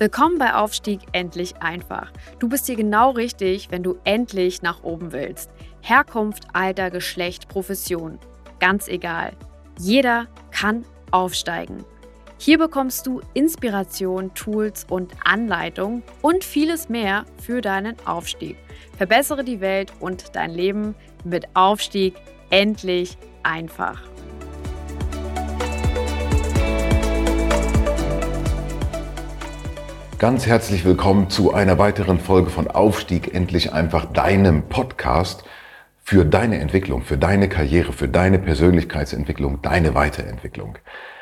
Willkommen bei Aufstieg endlich einfach. Du bist hier genau richtig, wenn du endlich nach oben willst. Herkunft, Alter, Geschlecht, Profession. Ganz egal. Jeder kann aufsteigen. Hier bekommst du Inspiration, Tools und Anleitung und vieles mehr für deinen Aufstieg. Verbessere die Welt und dein Leben mit Aufstieg endlich einfach. Ganz herzlich willkommen zu einer weiteren Folge von Aufstieg endlich einfach, deinem Podcast für deine Entwicklung, für deine Karriere, für deine Persönlichkeitsentwicklung, deine Weiterentwicklung.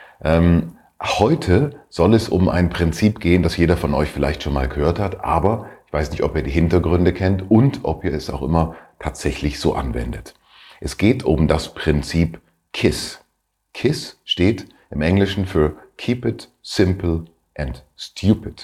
Heute soll es um ein Prinzip gehen, das jeder von euch vielleicht schon mal gehört hat, aber ich weiß nicht, ob ihr die Hintergründe kennt und ob ihr es auch immer tatsächlich so anwendet. Es geht um das Prinzip KISS. KISS steht im Englischen für Keep It Simple and Stupid.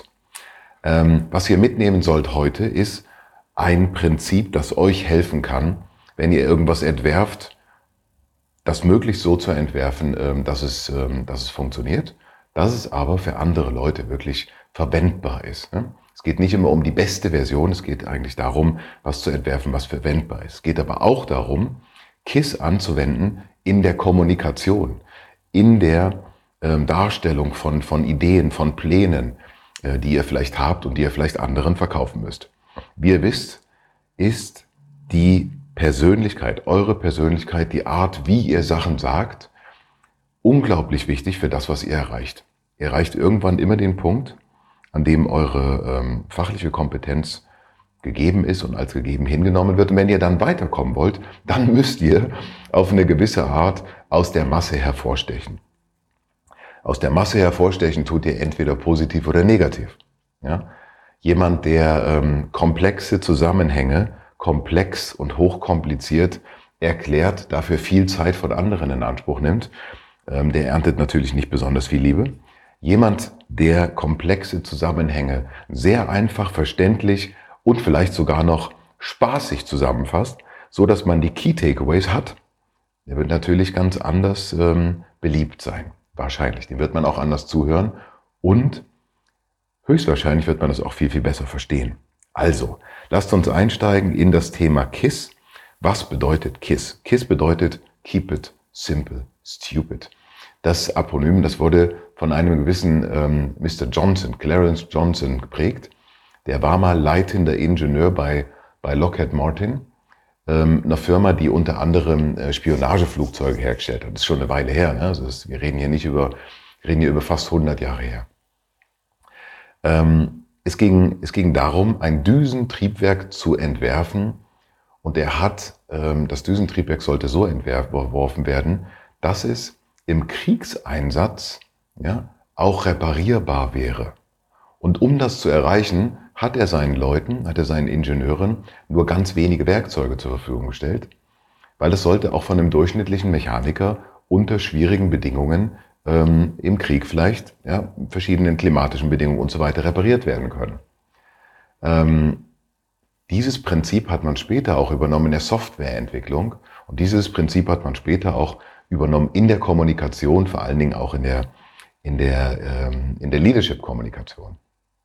Was ihr mitnehmen sollt heute, ist ein Prinzip, das euch helfen kann, wenn ihr irgendwas entwerft, das möglichst so zu entwerfen, dass es funktioniert, dass es aber für andere Leute wirklich verwendbar ist. Es geht nicht immer um die beste Version, es geht eigentlich darum, was zu entwerfen, was verwendbar ist. Es geht aber auch darum, KISS anzuwenden in der Kommunikation, in der Darstellung von Ideen, von Plänen, die ihr vielleicht habt und die ihr vielleicht anderen verkaufen müsst. Wie ihr wisst, ist die Persönlichkeit, eure Persönlichkeit, die Art, wie ihr Sachen sagt, unglaublich wichtig für das, was ihr erreicht. Ihr erreicht irgendwann immer den Punkt, an dem eure fachliche Kompetenz gegeben ist und als gegeben hingenommen wird. Und wenn ihr dann weiterkommen wollt, dann müsst ihr auf eine gewisse Art aus der Masse hervorstechen. Aus der Masse hervorstechen tut ihr entweder positiv oder negativ. Ja? Jemand, der komplexe Zusammenhänge, komplex und hochkompliziert erklärt, dafür viel Zeit von anderen in Anspruch nimmt, der erntet natürlich nicht besonders viel Liebe. Jemand, der komplexe Zusammenhänge sehr einfach, verständlich und vielleicht sogar noch spaßig zusammenfasst, so dass man die Key Takeaways hat, der wird natürlich ganz anders beliebt sein. Wahrscheinlich, dem wird man auch anders zuhören und höchstwahrscheinlich wird man das auch viel, viel besser verstehen. Also, lasst uns einsteigen in das Thema KISS. Was bedeutet KISS? KISS bedeutet Keep It Simple, Stupid. Das Akronym, das wurde von einem gewissen Mr. Johnson, Clarence Johnson geprägt. Der war mal leitender Ingenieur bei Lockheed Martin, einer Firma, die unter anderem Spionageflugzeuge hergestellt hat. Das ist schon eine Weile her. Ne? Also wir reden hier über fast 100 Jahre her. Es ging darum, ein Düsentriebwerk zu entwerfen. Und das Düsentriebwerk sollte so entworfen werden, dass es im Kriegseinsatz auch reparierbar wäre. Und um das zu erreichen, hat er seinen Ingenieuren nur ganz wenige Werkzeuge zur Verfügung gestellt, weil es sollte auch von einem durchschnittlichen Mechaniker unter schwierigen Bedingungen im Krieg vielleicht, verschiedenen klimatischen Bedingungen und so weiter repariert werden können. Dieses Prinzip hat man später auch übernommen in der Softwareentwicklung und dieses Prinzip hat man später auch übernommen in der Kommunikation, vor allen Dingen auch in der Leadership-Kommunikation.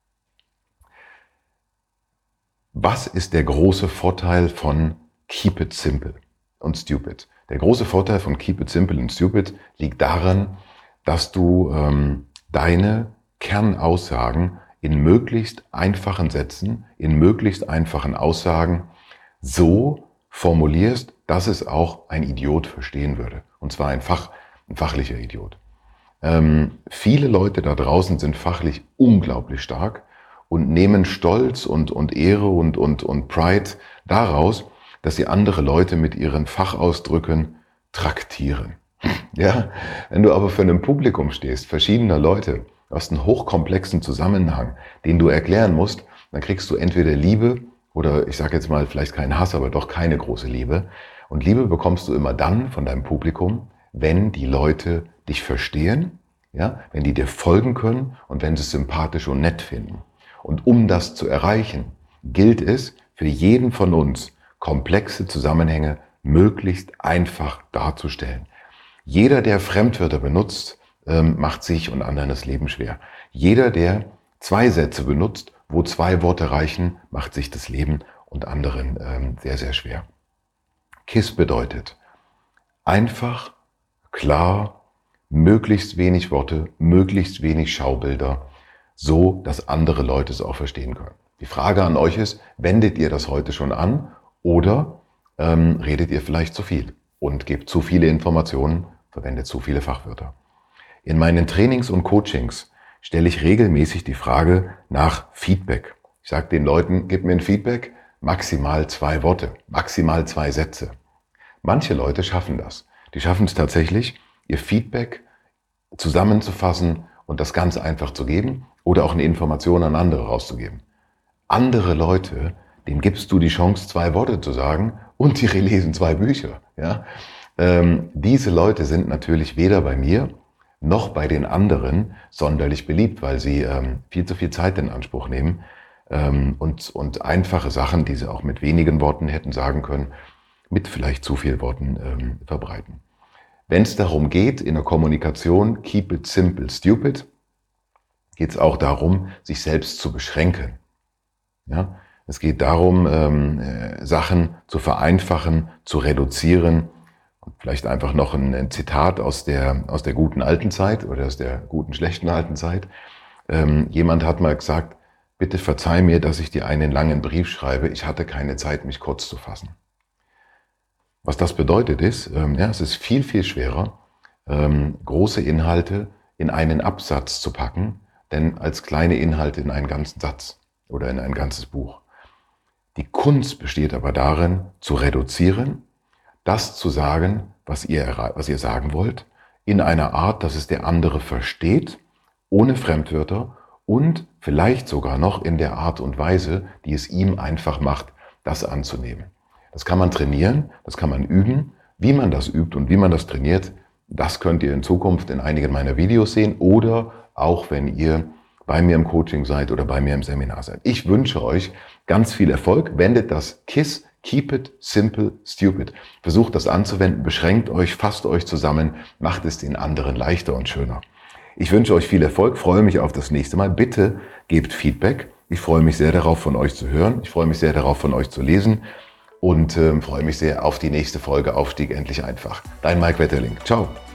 Was ist der große Vorteil von Keep It Simple und Stupid? Der große Vorteil von Keep It Simple and Stupid liegt daran, dass du deine Kernaussagen in möglichst einfachen Sätzen, in möglichst einfachen Aussagen so formulierst, dass es auch ein Idiot verstehen würde. Und zwar ein fachlicher Idiot. Viele Leute da draußen sind fachlich unglaublich stark und nehmen Stolz und Ehre und Pride daraus, dass sie andere Leute mit ihren Fachausdrücken traktieren. Ja, wenn du aber für ein Publikum stehst, verschiedener Leute, aus einem hochkomplexen Zusammenhang, den du erklären musst, dann kriegst du entweder Liebe oder ich sage jetzt mal vielleicht keinen Hass, aber doch keine große Liebe. Und Liebe bekommst du immer dann von deinem Publikum, wenn die Leute dich verstehen, wenn die dir folgen können und wenn sie es sympathisch und nett finden. Und um das zu erreichen, gilt es für jeden von uns, komplexe Zusammenhänge möglichst einfach darzustellen. Jeder, der Fremdwörter benutzt, macht sich und anderen das Leben schwer. Jeder, der 2 Sätze benutzt, wo 2 Worte reichen, macht sich das Leben und anderen sehr, sehr schwer. KISS bedeutet einfach, klar, möglichst wenig Worte, möglichst wenig Schaubilder, so dass andere Leute es auch verstehen können. Die Frage an euch ist, wendet ihr das heute schon an oder redet ihr vielleicht zu viel und gebt zu viele Informationen, verwendet zu viele Fachwörter? In meinen Trainings und Coachings stelle ich regelmäßig die Frage nach Feedback. Ich sage den Leuten, gib mir ein Feedback, maximal 2 Worte, maximal 2 Sätze. Manche Leute schaffen das. Die schaffen es tatsächlich, ihr Feedback zusammenzufassen und das ganz einfach zu geben oder auch eine Information an andere rauszugeben. Andere Leute, denen gibst du die Chance, 2 Worte zu sagen und die lesen 2 Bücher. Ja? Diese Leute sind natürlich weder bei mir noch bei den anderen sonderlich beliebt, weil sie viel zu viel Zeit in Anspruch nehmen und einfache Sachen, die sie auch mit wenigen Worten hätten sagen können, mit vielleicht zu viel Worten verbreiten. Wenn es darum geht, in der Kommunikation, keep it simple, stupid, geht es auch darum, sich selbst zu beschränken. Ja? Es geht darum, Sachen zu vereinfachen, zu reduzieren. Und vielleicht einfach noch ein Zitat aus der guten alten Zeit oder aus der guten, schlechten alten Zeit. Jemand hat mal gesagt, bitte verzeih mir, dass ich dir einen langen Brief schreibe. Ich hatte keine Zeit, mich kurz zu fassen. Was das bedeutet ist, es ist viel, viel schwerer, große Inhalte in einen Absatz zu packen, denn als kleine Inhalte in einen ganzen Satz oder in ein ganzes Buch. Die Kunst besteht aber darin, zu reduzieren, das zu sagen, was ihr sagen wollt, in einer Art, dass es der andere versteht, ohne Fremdwörter und vielleicht sogar noch in der Art und Weise, die es ihm einfach macht, das anzunehmen. Das kann man trainieren, das kann man üben. Wie man das übt und wie man das trainiert, das könnt ihr in Zukunft in einigen meiner Videos sehen oder auch wenn ihr bei mir im Coaching seid oder bei mir im Seminar seid. Ich wünsche euch ganz viel Erfolg. Wendet das KISS, Keep it simple, stupid. Versucht das anzuwenden, beschränkt euch, fasst euch zusammen, macht es den anderen leichter und schöner. Ich wünsche euch viel Erfolg, freue mich auf das nächste Mal. Bitte gebt Feedback. Ich freue mich sehr darauf, von euch zu hören. Ich freue mich sehr darauf, von euch zu lesen und freue mich sehr auf die nächste Folge Aufstieg endlich einfach. Dein Mike Wetterling. Ciao.